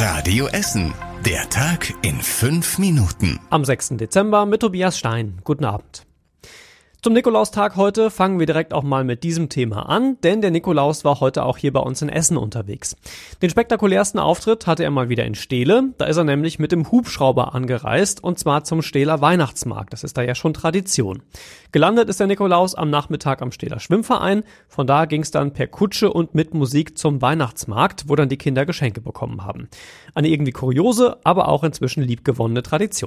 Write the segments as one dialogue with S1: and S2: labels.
S1: Radio Essen. Der Tag in 5 Minuten.
S2: Am 6. Dezember mit Tobias Stein. Guten Abend. Zum Nikolaustag heute fangen wir direkt auch mal mit diesem Thema an, denn der Nikolaus war heute auch hier bei uns in Essen unterwegs. Den spektakulärsten Auftritt hatte er mal wieder in Steele. Da ist er nämlich mit dem Hubschrauber angereist und zwar zum Steeler Weihnachtsmarkt. Das ist da ja schon Tradition. Gelandet ist der Nikolaus am Nachmittag am Steeler Schwimmverein. Von da ging es dann per Kutsche und mit Musik zum Weihnachtsmarkt, wo dann die Kinder Geschenke bekommen haben. Eine irgendwie kuriose, aber auch inzwischen liebgewonnene Tradition.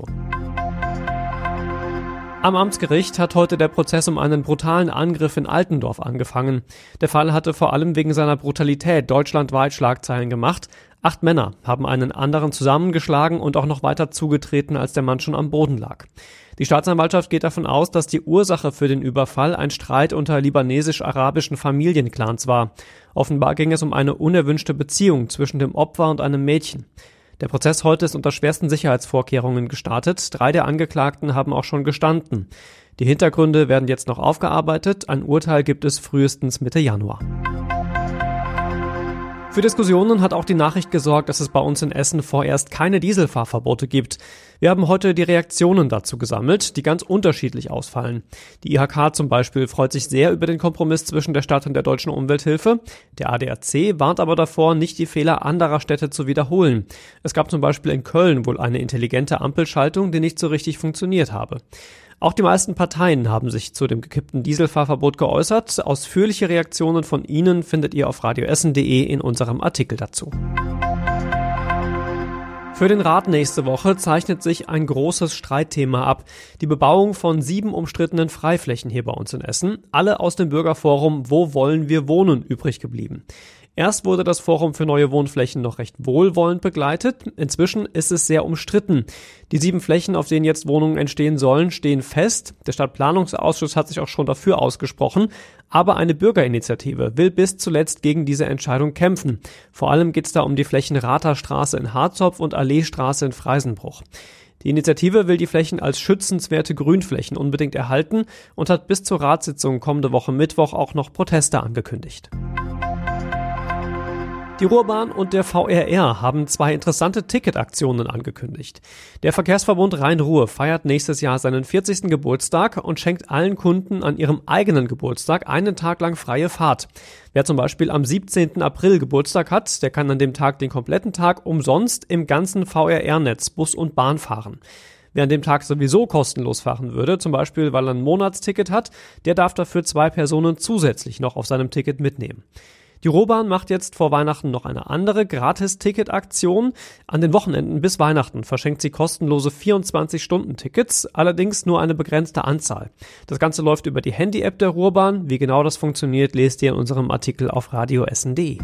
S2: Am Amtsgericht hat heute der Prozess um einen brutalen Angriff in Altendorf angefangen. Der Fall hatte vor allem wegen seiner Brutalität deutschlandweit Schlagzeilen gemacht. 8 Männer haben einen anderen zusammengeschlagen und auch noch weiter zugetreten, als der Mann schon am Boden lag. Die Staatsanwaltschaft geht davon aus, dass die Ursache für den Überfall ein Streit unter libanesisch-arabischen Familienclans war. Offenbar ging es um eine unerwünschte Beziehung zwischen dem Opfer und einem Mädchen. Der Prozess heute ist unter schwersten Sicherheitsvorkehrungen gestartet. 3 der Angeklagten haben auch schon gestanden. Die Hintergründe werden jetzt noch aufgearbeitet. Ein Urteil gibt es frühestens Mitte Januar. Für Diskussionen hat auch die Nachricht gesorgt, dass es bei uns in Essen vorerst keine Dieselfahrverbote gibt. Wir haben heute die Reaktionen dazu gesammelt, die ganz unterschiedlich ausfallen. Die IHK zum Beispiel freut sich sehr über den Kompromiss zwischen der Stadt und der Deutschen Umwelthilfe. Der ADAC warnt aber davor, nicht die Fehler anderer Städte zu wiederholen. Es gab zum Beispiel in Köln wohl eine intelligente Ampelschaltung, die nicht so richtig funktioniert habe. Auch die meisten Parteien haben sich zu dem gekippten Dieselfahrverbot geäußert. Ausführliche Reaktionen von Ihnen findet ihr auf radioessen.de in unserem Artikel dazu. Für den Rat nächste Woche zeichnet sich ein großes Streitthema ab. Die Bebauung von 7 umstrittenen Freiflächen hier bei uns in Essen. Alle aus dem Bürgerforum Wo wollen wir wohnen übrig geblieben. Erst wurde das Forum für neue Wohnflächen noch recht wohlwollend begleitet. Inzwischen ist es sehr umstritten. Die 7 Flächen, auf denen jetzt Wohnungen entstehen sollen, stehen fest. Der Stadtplanungsausschuss hat sich auch schon dafür ausgesprochen. Aber eine Bürgerinitiative will bis zuletzt gegen diese Entscheidung kämpfen. Vor allem geht es da um die Flächen Ratherstraße in Harzopf und Alleestraße in Freisenbruch. Die Initiative will die Flächen als schützenswerte Grünflächen unbedingt erhalten und hat bis zur Ratssitzung kommende Woche Mittwoch auch noch Proteste angekündigt. Die Ruhrbahn und der VRR haben 2 interessante Ticketaktionen angekündigt. Der Verkehrsverbund Rhein-Ruhr feiert nächstes Jahr seinen 40. Geburtstag und schenkt allen Kunden an ihrem eigenen Geburtstag einen Tag lang freie Fahrt. Wer zum Beispiel am 17. April Geburtstag hat, der kann an dem Tag den kompletten Tag umsonst im ganzen VRR-Netz Bus und Bahn fahren. Wer an dem Tag sowieso kostenlos fahren würde, zum Beispiel weil er ein Monatsticket hat, der darf dafür 2 Personen zusätzlich noch auf seinem Ticket mitnehmen. Die Ruhrbahn macht jetzt vor Weihnachten noch eine andere Gratis-Ticket-Aktion. An den Wochenenden bis Weihnachten verschenkt sie kostenlose 24-Stunden-Tickets, allerdings nur eine begrenzte Anzahl. Das Ganze läuft über die Handy-App der Ruhrbahn. Wie genau das funktioniert, lest ihr in unserem Artikel auf radioessen.de.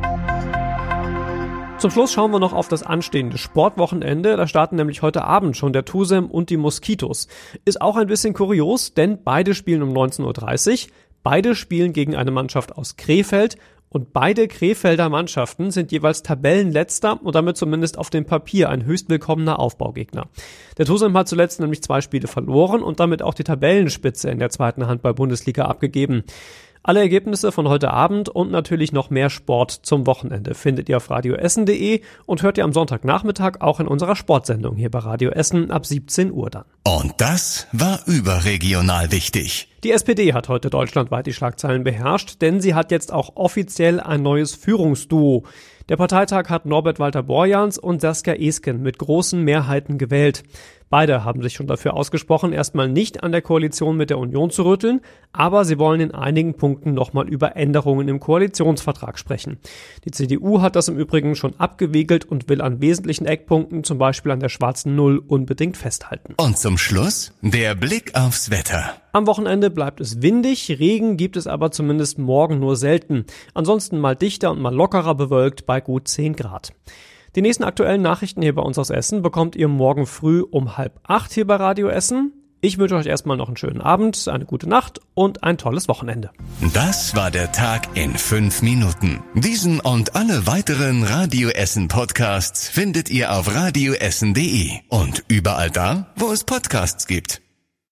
S2: Zum Schluss schauen wir noch auf das anstehende Sportwochenende. Da starten nämlich heute Abend schon der TuSem und die Moskitos. Ist auch ein bisschen kurios, denn beide spielen um 19.30 Uhr. Beide spielen gegen eine Mannschaft aus Krefeld. Und beide Krefelder Mannschaften sind jeweils Tabellenletzter und damit zumindest auf dem Papier ein höchst willkommener Aufbaugegner. Der TuSem hat zuletzt nämlich 2 Spiele verloren und damit auch die Tabellenspitze in der 2. Handball-Bundesliga abgegeben. Alle Ergebnisse von heute Abend und natürlich noch mehr Sport zum Wochenende findet ihr auf radioessen.de und hört ihr am Sonntagnachmittag auch in unserer Sportsendung hier bei Radio Essen ab 17 Uhr dann.
S1: Und das war überregional wichtig.
S2: Die SPD hat heute deutschlandweit die Schlagzeilen beherrscht, denn sie hat jetzt auch offiziell ein neues Führungsduo. Der Parteitag hat Norbert Walter Borjans und Saskia Esken mit großen Mehrheiten gewählt. Beide haben sich schon dafür ausgesprochen, erstmal nicht an der Koalition mit der Union zu rütteln, aber sie wollen in einigen Punkten nochmal über Änderungen im Koalitionsvertrag sprechen. Die CDU hat das im Übrigen schon abgewiegelt und will an wesentlichen Eckpunkten, zum Beispiel an der schwarzen Null, unbedingt festhalten.
S1: Und zum Schluss der Blick aufs Wetter.
S2: Am Wochenende bleibt es windig, Regen gibt es aber zumindest morgen nur selten. Ansonsten mal dichter und mal lockerer bewölkt bei gut 10 Grad. Die nächsten aktuellen Nachrichten hier bei uns aus Essen bekommt ihr morgen früh um 7:30 hier bei Radio Essen. Ich wünsche euch erstmal noch einen schönen Abend, eine gute Nacht und ein tolles Wochenende.
S1: Das war der Tag in 5 Minuten. Diesen und alle weiteren Radio Essen Podcasts findet ihr auf radioessen.de und überall da, wo es Podcasts gibt.